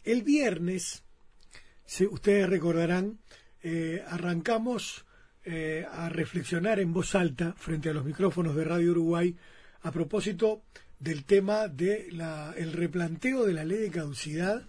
El viernes, ustedes recordarán, arrancamos a reflexionar en voz alta frente a los micrófonos de Radio Uruguay a propósito del tema de el replanteo de la ley de caducidad,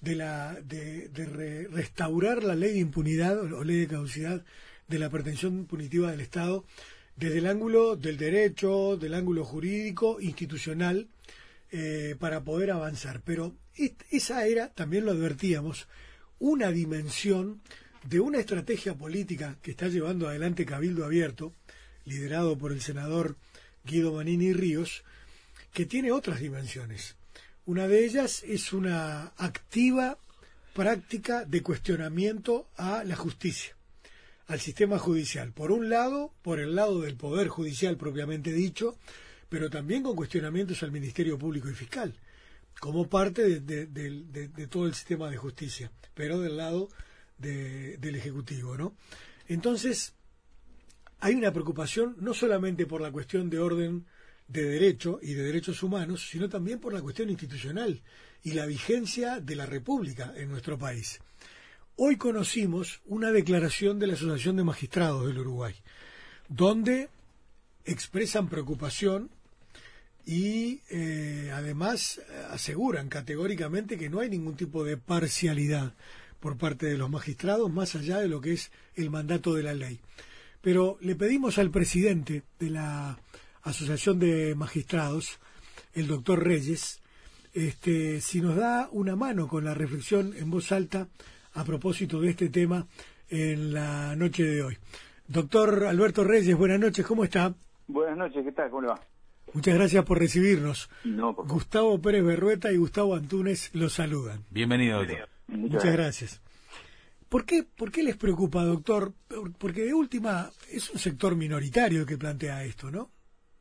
restaurar la ley de impunidad o ley de caducidad de la pretensión punitiva del Estado desde el ángulo del derecho, del ángulo jurídico, institucional, para poder avanzar. Pero esa era, también lo advertíamos, una dimensión de una estrategia política que está llevando adelante Cabildo Abierto, liderado por el senador Guido Manini Ríos, que tiene otras dimensiones. Una de ellas es una activa práctica de cuestionamiento a la justicia, al sistema judicial. Por un lado, por el lado del Poder Judicial propiamente dicho, pero también con cuestionamientos al Ministerio Público y Fiscal, como parte de todo el sistema de justicia, pero del lado del Ejecutivo, ¿no? Entonces, hay una preocupación no solamente por la cuestión de orden de derecho y de derechos humanos, sino también por la cuestión institucional y la vigencia de la República en nuestro país. Hoy conocimos una declaración de la Asociación de Magistrados del Uruguay, donde expresan preocupación y además aseguran categóricamente que no hay ningún tipo de parcialidad por parte de los magistrados, más allá de lo que es el mandato de la ley. Pero le pedimos al presidente de la Asociación de Magistrados, el doctor Reyes, si nos da una mano con la reflexión en voz alta a propósito de este tema en la noche de hoy. Doctor Alberto Reyes, buenas noches, ¿cómo está? Buenas noches, ¿qué tal? ¿Cómo le va? Muchas gracias por recibirnos. No, por favor. Gustavo Pérez Berrueta y Gustavo Antúnez los saludan. Bienvenido, doctor. Muchas gracias. ¿Por qué les preocupa, doctor? Porque de última es un sector minoritario el que plantea esto, ¿no?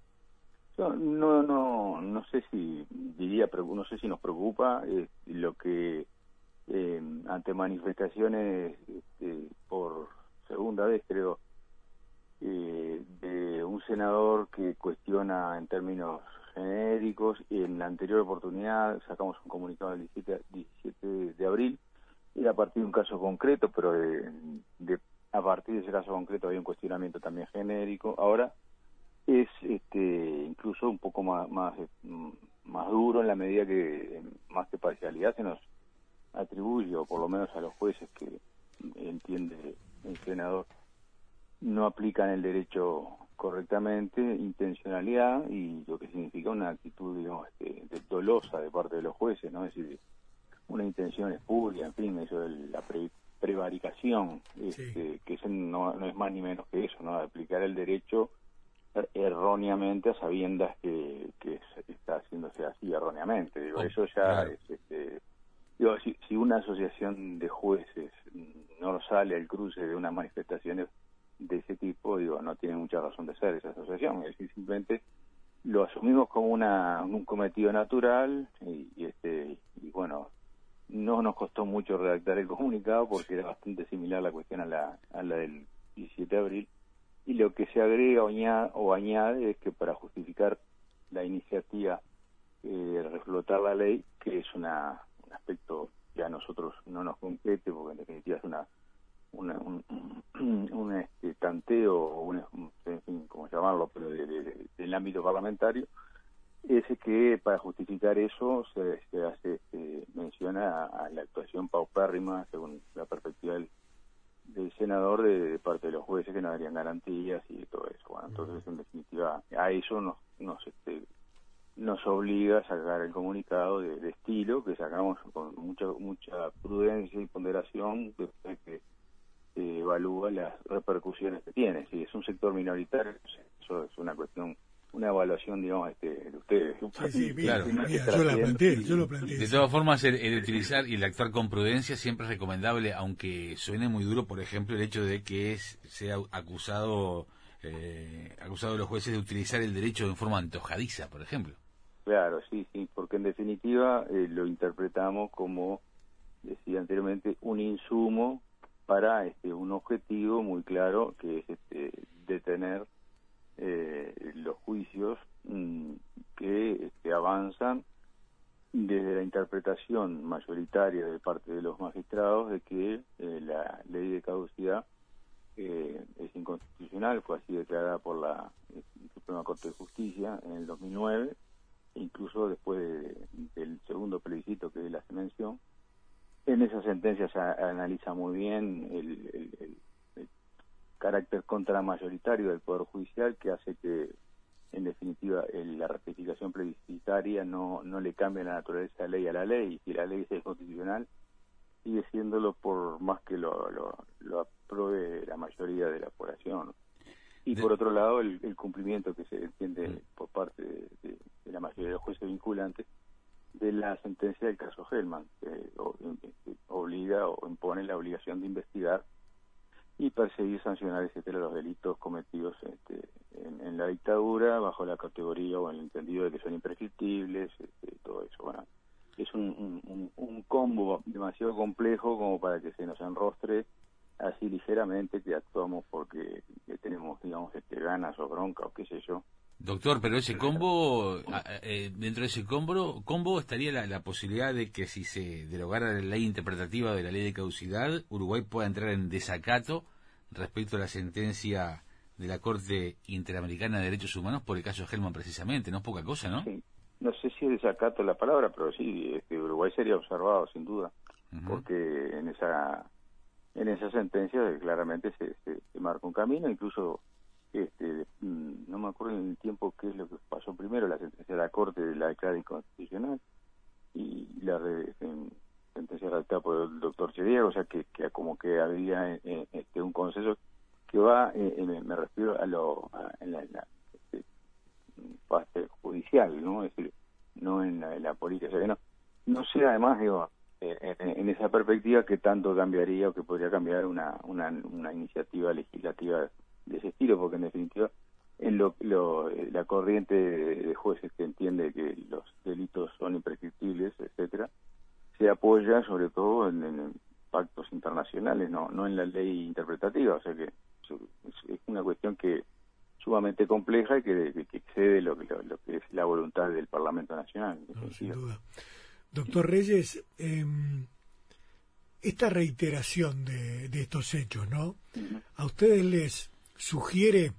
No sé si diría, no sé si nos preocupa lo que ante manifestaciones por segunda vez, creo, de un senador que cuestiona en términos genéricos, y en la anterior oportunidad sacamos un comunicado el 17 de abril, era a partir de un caso concreto, pero a partir de ese caso concreto había un cuestionamiento también genérico. Ahora es incluso un poco más duro, en la medida que más que parcialidad se nos atribuye, o por lo menos a los jueces que entiende el senador, no aplican el derecho correctamente, intencionalidad, y lo que significa una actitud, digamos, dolosa de parte de los jueces, ¿no? Es decir, una intención espuria, en fin, eso de la prevaricación, Sí. que eso no es más ni menos que eso, ¿no? De aplicar el derecho erróneamente a sabiendas que está haciéndose así erróneamente. Digo, eso ya claro. es, si una asociación de jueces no sale al cruce de unas manifestaciones de ese tipo, digo, no tiene mucha razón de ser esa asociación. Es decir, simplemente lo asumimos como un cometido natural y bueno, no nos costó mucho redactar el comunicado porque era bastante similar la cuestión a la del 17 de abril, y lo que se agrega o añade es que para justificar la iniciativa de reflotar la ley, que es un aspecto que a nosotros no nos compete, porque en definitiva es un tanteo, o en fin, cómo llamarlo, pero del ámbito parlamentario, es que para justificar eso se hace menciona a la actuación paupérrima, según la perspectiva del senador, de parte de los jueces, que no darían garantías y todo eso. Bueno, entonces, en definitiva, a eso nos obliga a sacar el comunicado de estilo, que sacamos con mucha prudencia y ponderación, después que evalúa las repercusiones que tiene. Si es un sector minoritario, eso es una cuestión, una evaluación, digamos, de ustedes. Sí, mira, Claro. yo lo planteé. De todas formas, el utilizar y el actuar con prudencia siempre es recomendable, aunque suene muy duro, por ejemplo, el hecho de que sea acusado los jueces de utilizar el derecho de forma antojadiza, por ejemplo. Claro, sí, porque en definitiva lo interpretamos como, decía anteriormente, un insumo para un objetivo muy claro, que es detener los juicios que avanzan desde la interpretación mayoritaria de parte de los magistrados de que la ley de caducidad es inconstitucional, fue así declarada por la Suprema Corte de Justicia en el 2009, e incluso después del segundo plebiscito que le hace mención. En esa sentencia se analiza muy bien el carácter contramayoritario del Poder Judicial, que hace que, en definitiva, la ratificación plebiscitaria no le cambie la naturaleza de ley a la ley, y si la ley es constitucional, sigue siéndolo por más que lo apruebe la mayoría de la población. Y por otro lado, el cumplimiento que se entiende por parte de la mayoría de los jueces vinculantes de la sentencia del caso Hellman, que obliga o impone la obligación de investigar y perseguir, sancionar, etcétera, los delitos cometidos en la dictadura bajo la categoría o el entendido de que son imprescriptibles, todo eso. Bueno, es un combo demasiado complejo como para que se nos enrostre así ligeramente que actuamos porque tenemos, digamos, ganas o bronca o qué sé yo. Doctor, pero ese combo, dentro de ese combo estaría la posibilidad de que si se derogara la ley interpretativa de la ley de caducidad, Uruguay pueda entrar en desacato respecto a la sentencia de la Corte Interamericana de Derechos Humanos por el caso Hellman precisamente. No es poca cosa, ¿no? Sí. No sé si es desacato la palabra, pero sí, Uruguay sería observado sin duda, porque en esa sentencia claramente se marca un camino, incluso no me acuerdo en el tiempo qué es lo que pasó primero, la sentencia de la Corte la declara inconstitucional y la sentencia redactada por el doctor Chedier, o sea que como que había un consenso que va, me refiero en la parte judicial, ¿no? Es decir, no en la política, o sea que no sé, además, digo, en esa perspectiva que tanto cambiaría o que podría cambiar una iniciativa legislativa de ese estilo, porque en definitiva la corriente de jueces que entiende que los delitos son imprescriptibles, etcétera, se apoya sobre todo en pactos internacionales, no en la ley interpretativa, o sea que es una cuestión que sumamente compleja y que excede lo que es la voluntad del Parlamento Nacional. No, sin duda. Doctor Reyes, esta reiteración de estos hechos, ¿no? ¿A ustedes les sugiere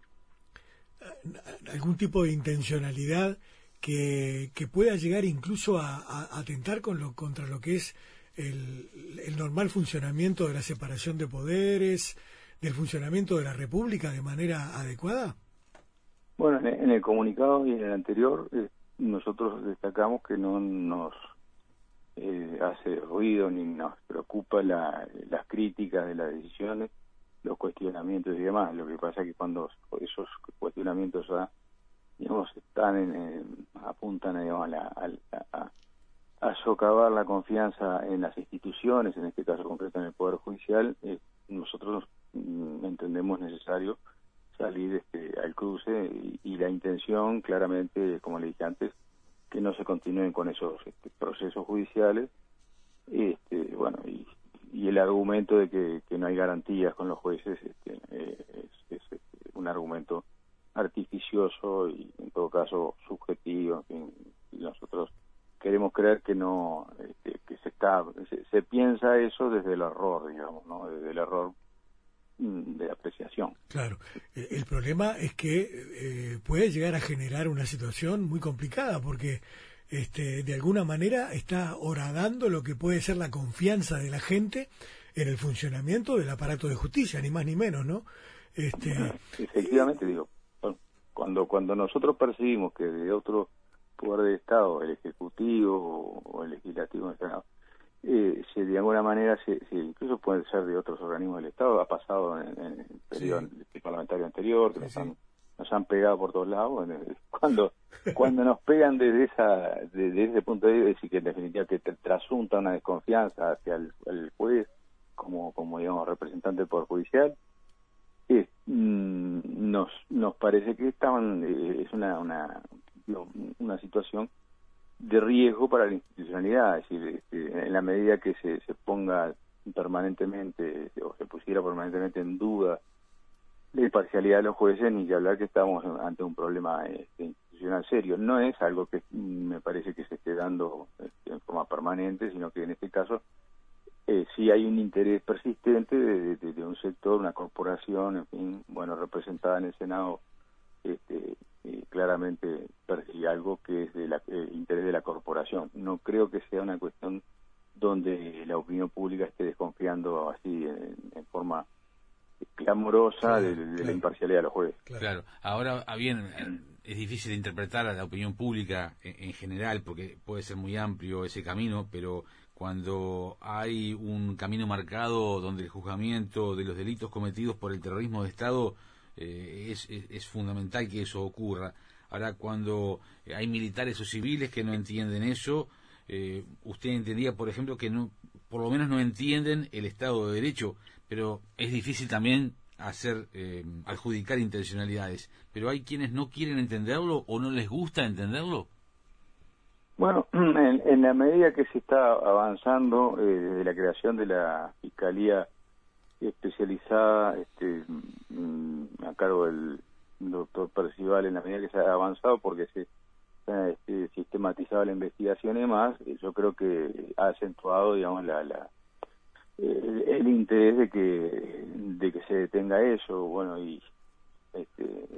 algún tipo de intencionalidad que pueda llegar incluso a atentar contra lo que es el normal funcionamiento de la separación de poderes, del funcionamiento de la República de manera adecuada? Bueno, en el comunicado y en el anterior nosotros destacamos que no nos hace ruido ni nos preocupa las críticas de las decisiones, los cuestionamientos y demás. Lo que pasa es que cuando esos cuestionamientos digamos, apuntan, digamos, a socavar la confianza en las instituciones, en este caso concreto en el Poder Judicial, nosotros entendemos necesario salir al cruce y la intención, claramente, como le dije antes, que no se continúen con esos procesos judiciales, bueno, y el argumento de que no hay garantías con los jueces es un argumento artificioso y en todo caso subjetivo. En fin, y nosotros queremos creer que no, que se piensa eso desde el error, digamos, ¿no? Desde el error de apreciación. Claro, el problema es que puede llegar a generar una situación muy complicada porque de alguna manera está horadando lo que puede ser la confianza de la gente en el funcionamiento del aparato de justicia, ni más ni menos, ¿no? Efectivamente, digo, cuando nosotros percibimos que de otro poder del Estado, el Ejecutivo o el Legislativo, de alguna manera, incluso puede ser de otros organismos del Estado, ha pasado en el periodo parlamentario anterior, que nos han pegado por todos lados. Cuando nos pegan desde ese punto de vista, es decir, que en definitiva que trasunta una desconfianza hacia el juez como digamos representante del Poder Judicial, nos parece que es una situación de riesgo para la institucionalidad, es decir, en la medida que se ponga permanentemente o se pusiera permanentemente en duda la imparcialidad de los jueces, ni que hablar que estamos ante un problema institucional constitucional serio. No es algo que me parece que se esté dando en forma permanente, sino que en este caso sí hay un interés persistente de un sector, una corporación, en fin, bueno, representada en el Senado, claramente persigue algo que es del interés de la corporación. No creo que sea una cuestión donde la opinión pública esté desconfiando así en forma clamorosa de la imparcialidad de los jueces. Claro. Ahora, bien, es difícil de interpretar a la opinión pública en general, porque puede ser muy amplio ese camino, pero cuando hay un camino marcado donde el juzgamiento de los delitos cometidos por el terrorismo de Estado es fundamental que eso ocurra. Ahora, cuando hay militares o civiles que no entienden eso, usted entendía, por ejemplo, que no, por lo menos no entienden el Estado de Derecho, pero es difícil también adjudicar intencionalidades. Pero hay quienes no quieren entenderlo o no les gusta entenderlo. Bueno, en la medida que se está avanzando desde la creación de la Fiscalía especializada a cargo del doctor Percival, en la medida que se ha avanzado porque se ha sistematizado la investigación y demás, yo creo que ha acentuado, digamos, el interés de que se detenga eso. Bueno, y el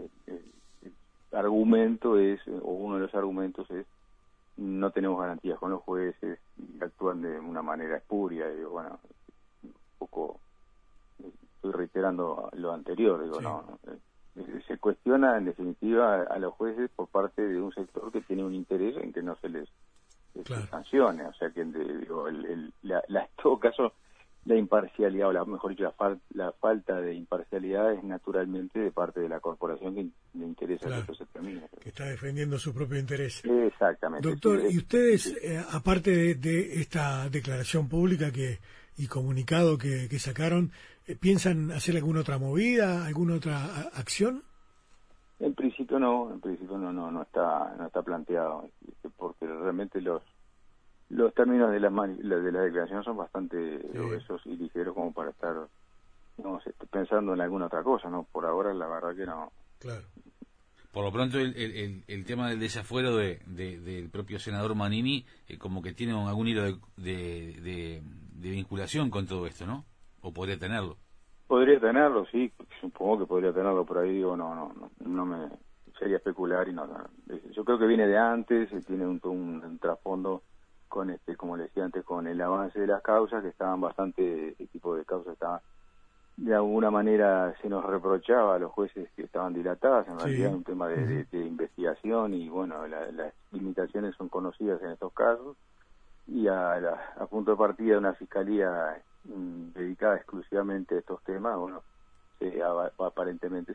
argumento es, o uno de los argumentos es, no tenemos garantías con los jueces y actúan de una manera espuria. Digo, bueno, un poco estoy reiterando lo anterior, digo, sí. Se cuestiona en definitiva a los jueces por parte de un sector que tiene un interés en que no se les sancione, o sea que digo, en todo caso la imparcialidad, o mejor dicho, la falta de imparcialidad es naturalmente de parte de la corporación que le interesa que eso se termine. Que está defendiendo su propio interés. Exactamente. Doctor, ¿y ustedes, aparte de esta declaración pública y comunicado que sacaron, piensan hacer alguna otra movida, alguna otra acción? En principio no está planteado, porque realmente los términos de la declaración son bastante gruesos y ligeros como para estar pensando en alguna otra cosa, ¿no? Por ahora la verdad que no. Claro. Por lo pronto el tema del desafuero del propio senador Manini como que tiene algún hilo de vinculación con todo esto, ¿no? ¿O podría tenerlo? Podría tenerlo, sí, supongo que podría tenerlo, por ahí digo, no me sería especular y no. Yo creo que viene de antes, tiene un trasfondo con como le decía antes, con el avance de las causas, que estaban bastante, este tipo de causas estaban, de alguna manera se nos reprochaba a los jueces que estaban dilatadas, en realidad es un tema de investigación y bueno, las limitaciones son conocidas en estos casos y a punto de partida de una fiscalía dedicada exclusivamente a estos temas, bueno, aparentemente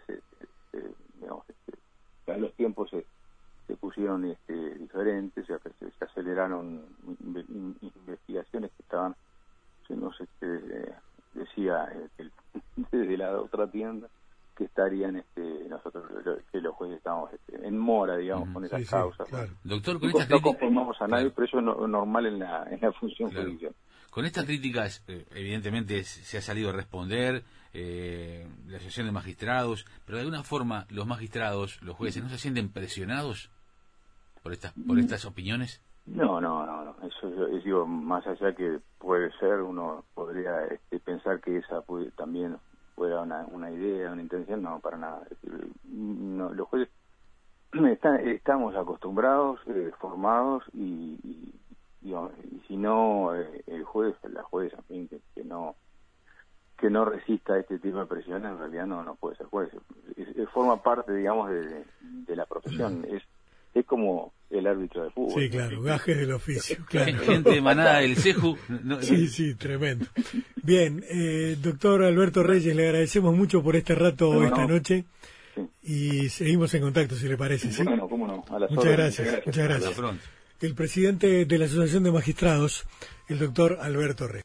los tiempos se pusieron diferentes, se aceleraron investigaciones que estaban, se nos decía desde la otra tienda que estarían nosotros que los jueces estábamos en mora, digamos, con esas causas. Claro. Doctor, con no conformamos a nadie, pero eso es normal en la función judicial. Con estas críticas, evidentemente se ha salido a responder la Asociación de Magistrados, pero de alguna forma los magistrados, los jueces, ¿no se sienten presionados por estas opiniones? No. Eso digo, más allá que puede ser, uno podría pensar que esa también fuera una idea, una intención, no, para nada. Es decir, los jueces estamos acostumbrados, formados y si no el juez, la jueza, en fin, que no resista este tipo de presión, en realidad no puede ser juez. Forma parte, digamos, de la profesión. Es como el árbitro de fútbol. Sí, claro, gajes del oficio. Claro. Gente de manada del CEJU. Sí, tremendo. Bien, doctor Alberto Reyes, le agradecemos mucho por este rato esta noche y seguimos en contacto, si le parece. ¿Sí? Bueno, cómo no. Muchas gracias. Muchas gracias. Hasta pronto. El presidente de la Asociación de Magistrados, el doctor Alberto Reyes.